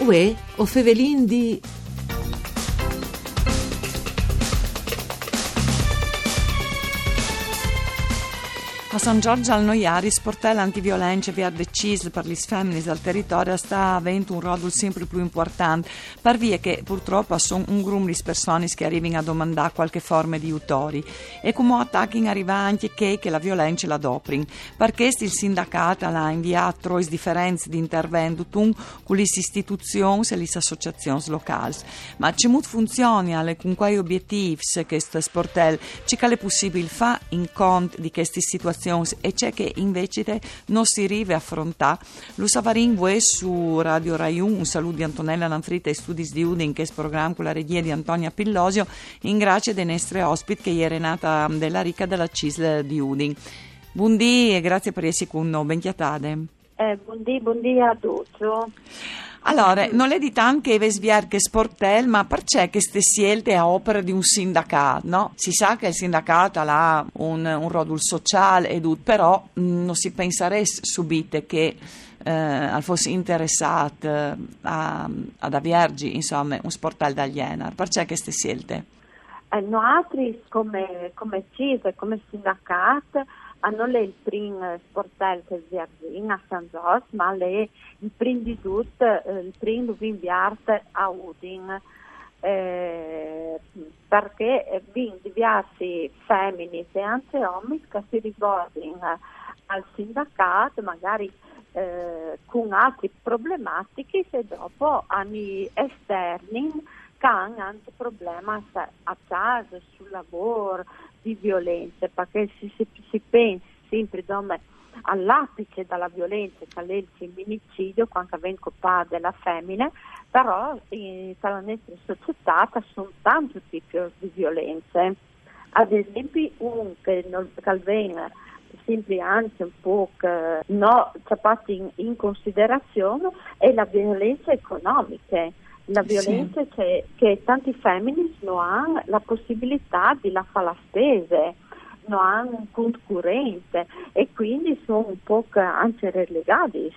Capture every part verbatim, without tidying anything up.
Uè, o Fevelin di... A San Giorgio al Noiari, sportello antiviolenza via deciso per le femmine del territorio sta avendo un ruolo sempre più importante, per via che purtroppo sono un gruppo di persone che arrivano a domandare qualche forma di utori e come attacchi arriva anche che, che la violenza la dopring. Per questo il sindacato ha inviato tre differenze di intervento con le istituzioni e le associazioni locali. Ma c'è molto funziona con quali obiettivi questo sportello, c'è che è possibile fare in conto di queste situazioni e c'è che invece non si arriva a affrontare. Lo Savarin vuoi su Radio Rai uno, un saluto di Antonella Lanfrita e studi di Udin, che è il programma con la regia di Antonia Pillosio, in grazia dei nostri ospiti che ieri è nata della Ricca della C I S L di Udin. Buondì e grazie per essere con noi, ben chiatate. Eh, buondì, buondì a tutti. Allora, non le dite anche che sviar che sportel, ma perché queste scelte a opera di un sindacato, no? Si sa che il sindacato ha un, un ruolo sociale ed ut, però mh, non si penserebbe subito che eh, fosse interessato a, ad avviargi, insomma, un sportel dall'Ienar. Perché queste scelte? Eh, noi come, come C I S e come sindacato hanno le il primo sportello che si avvicina a San Giorgio, ma le il primo di tutto, eh, il primo di inviare a Udin, eh, perché vi diversi femmine e anche uomini che si rivolgono al sindacato, magari eh, con altre problematiche, e dopo hanno esterni che hanno anche problemi a casa, sul lavoro, di violenza, perché si, si, si pensa sempre come all'apice della violenza che è il femminicidio quando viene colpa della femmina, però in, nella nostra società ci sono tanti tipi di violenze. Ad esempio un che non viene sempre anche un po' che no, in, in considerazione è la violenza economica. La violenza sì. che, che tanti femmini non hanno la possibilità di la fare la spesa, non hanno un conto corrente e quindi sono un po' anche relegati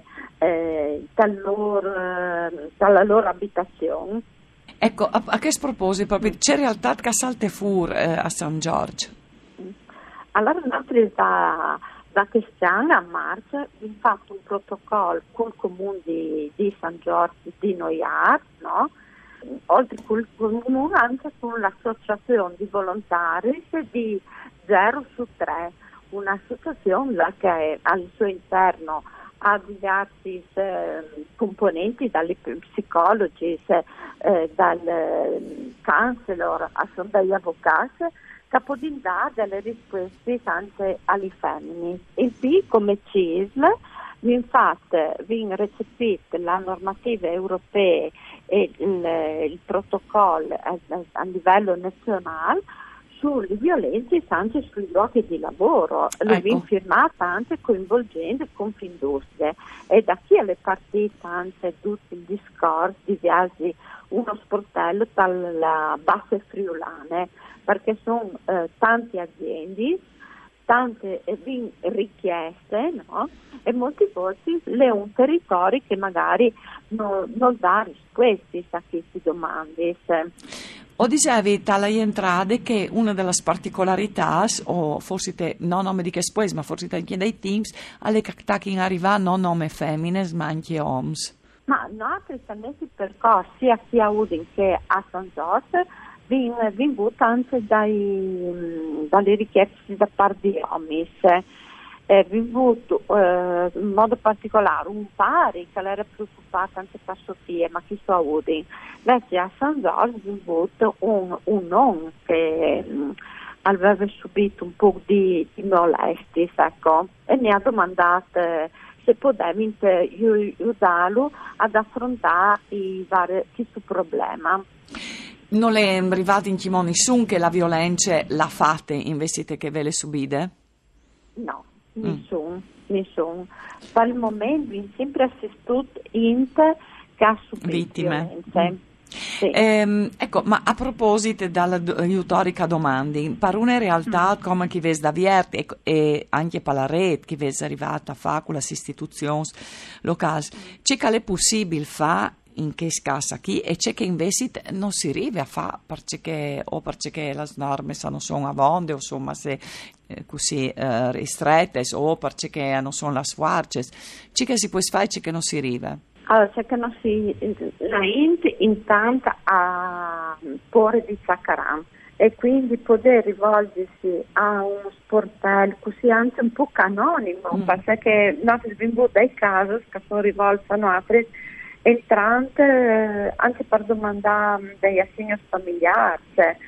eh, dal loro, eh, dalla loro abitazione. Ecco, a, a che proposito, proprio, c'è realtà che salte fuori eh, a San Giorgio? Allora, noi da, da quest'anno a marzo abbiamo fatto un protocollo con il comune di, di San Giorgio di Noiar, no? Oltre col comune anche con l'associazione di volontari di zero su tre, un'associazione che al suo interno ha diversi eh, componenti, dagli psicologi, eh, dal eh, counselor, dagli avvocati, che possono dare delle risposte anche alle femmine. E qui come C I S L, infatti, viene recepita la normativa europea e il, il protocollo a, a livello nazionale sulle violenze anche sui luoghi di lavoro, ecco. Lo viene firmata anche coinvolgendo Confindustria e da qui alle partite anche tutto il discorso di viaggi uno sportello dalla base friulane, perché sono eh, tante aziende, tante eh, richieste, no? E molte volte le un territorio che magari non, non dà risposte a queste domande. O dicevi tale entrate che una delle particolarità, o forse te, non nome di che sposi, ma forse anche dei teams, alle che arriva non nome femmine, ma anche oms. Ma noi stiamo percorsi sia qui a Udin che a San Giorgio viene avuto anche dai, dalle richieste da parte di omis. È venuto eh, in modo particolare un pari che era preoccupato anche per Sofia, ma chi so a Udin. Invece a San Giorgio è venuto un, un non che mh, aveva subito un po' di, di molestie, ecco, e mi ha domandato eh, se potevamo aiutarlo ad affrontare i vari, questo problema. Non le è arrivato in chimo nessuno che la violenza la fate invece che ve le subite? No, nessuno, mm. nessuno. Per il momento vi sempre assistito in che ha subito vittime. Violenze. Mm. Sì. Ehm, ecco, ma a proposito dall'aiutorica domandi, per una realtà mm. come chi vede da Viert e, e anche per la rete che vede arrivata a fare con le istituzioni locali, c'è che è possibile fare in che scassa chi e c'è che invece non si arriva a fare perché o perché le norme non sono avonde o insomma se eh, così eh, ristrette o perché non sono le sfarce, c'è che si può fare c'è che non si arriva. Allora, c'è che non si la int intanto a porre di saccaram e quindi poter rivolgersi a uno sportello così anche un po' canonico, mm. perché noi abbiamo dei casi che sono rivolti a altri entranti eh, anche per domandare degli assegni familiari, cioè,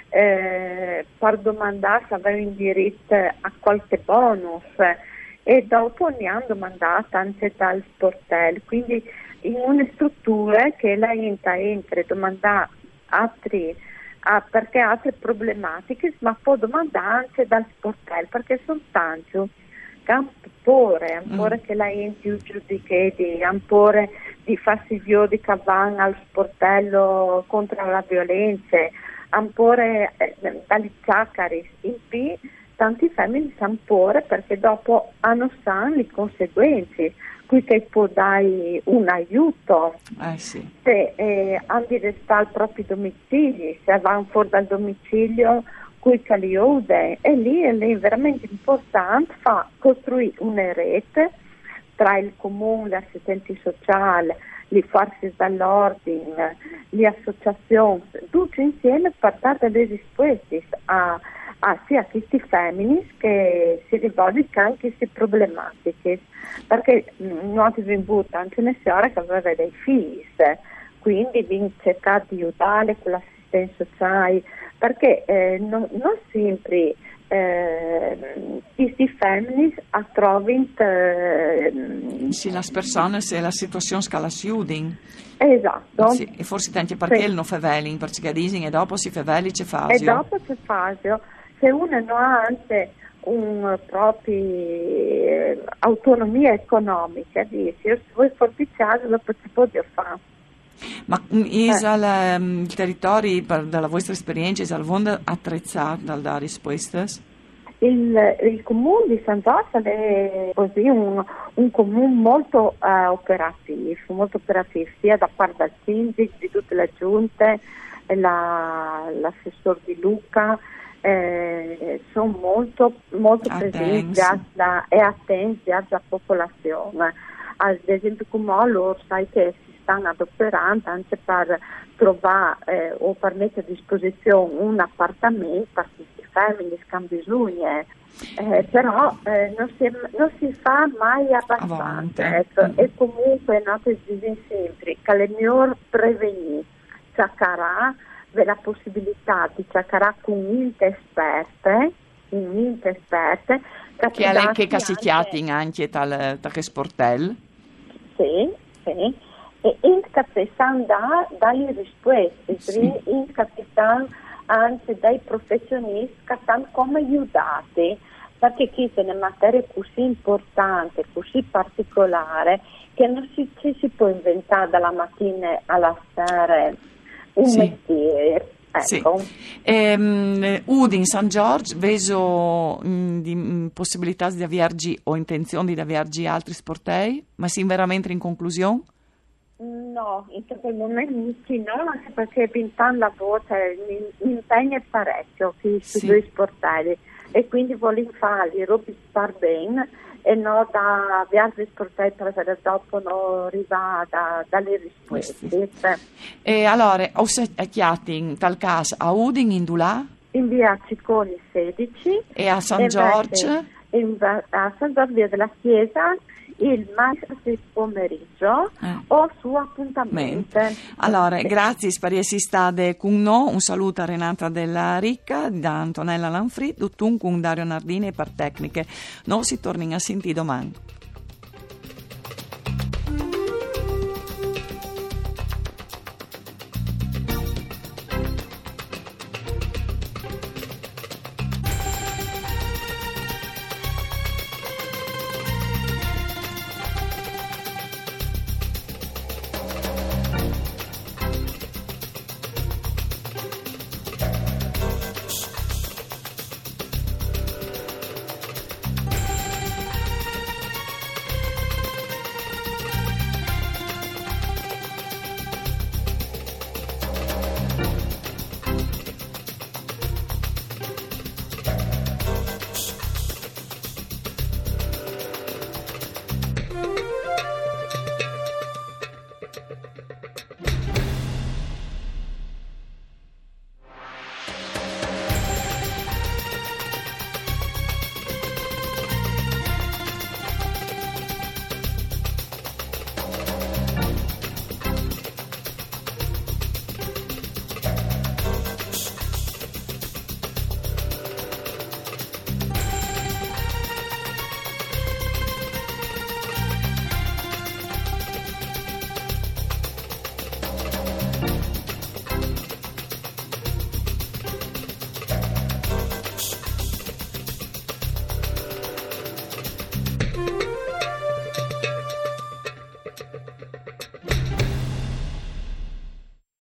eh, per domandare se avevano diritto a qualche bonus. Eh, e dopo ne hanno domandato anche dal sportello, quindi in una struttura che la INTA entra e domanda altri, ah, perché ha altre problematiche, ma può domandare anche dal sportello, perché sono tanti che hanno paura, ancora mm. che la INTA giudica di ancora di fastidio di che vanno al sportello contro la violenza, ancora eh, dagli zacari in P tanti femmine sanno porre perché dopo hanno sanno le conseguenze, qui che può dare un aiuto, eh sì. se eh, hanno di restare ai propri domicili, se vanno fuori dal domicilio, qui che li ode, e lì è lì veramente importante fa costruire una rete tra il comune, gli assistenti sociali, le forze dell'ordine, le associazioni, tutti insieme per dare delle risposte a Ah, sia a questi femmini che si rivolgono anche a queste problematiche, perché noi abbiamo avuto anche una signora che aveva dei figli, quindi abbiamo cercato di aiutare con l'assistenza sociale, perché eh, non, non sempre eh, questi femmini trovano eh, sì, le persone se la situazione scala si udin. Esatto. Sì, e forse anche perché sì. non fa velin, perché dicono e dopo si fa veli c'è fasio. E dopo c'è fasio. Se uno non ha anche una propria eh, autonomia economica, dice, io se vuoi forticiare lo posso fare. Ma isal, eh. um, il territorio, per, dalla vostra esperienza, è al mondo attrezzato dal dare risposte? Il, il comune di San Giorgio è così un, un comune molto uh, operativo, molto operativo sia da parte del sindaco, di tutte le giunte, la, l'assessore di Luca, eh, sono molto, molto presenti da, e attenti alla popolazione. Ad esempio come loro sai che si stanno adoperando anche per trovare eh, o per mettere a disposizione un appartamento per queste femmine che hanno bisogno, eh, però eh, non, si, non si fa mai abbastanza, ecco. mm. E comunque noi diciamo sempre che è meglio prevenire, cercherà la possibilità di cercare con esperte, in esperte che è lei che si chiati anche dal sportello. Sì, sì. E in capitan da dalle risposte, sì. In capitan anche dai professionisti che stanno come aiutati, perché qui è una materia così importante, così particolare, che non si, ci si può inventare dalla mattina alla sera un sì. mestiere. Ecco. Sì. Ehm, Udin, San Giorgio, vedo mh, di, mh, possibilità di avviargi o intenzioni di avviargi altri sportei, ma sì, veramente in conclusione? No, in quel momento sì, no, anche perché pintando la voce mi impegna parecchio questi sì. due sportelli e quindi voglio farli robi star bene e non da viaggi sportelli per dopo non arriva da, dalle risposte. E allora, ho chiati in tal caso a Udin, in Dulà? In via Cicconi sedici e a San Giorgio? In, a San Giorgio via della Chiesa il martedì pomeriggio eh. o su appuntamento. Allora, sì. Grazie spariesi stade con noi, un saluto a Renata Della Ricca, da Antonella Lanfrid, tuttun con Dario Nardini e per tecniche. Noi si torna a sentire domani.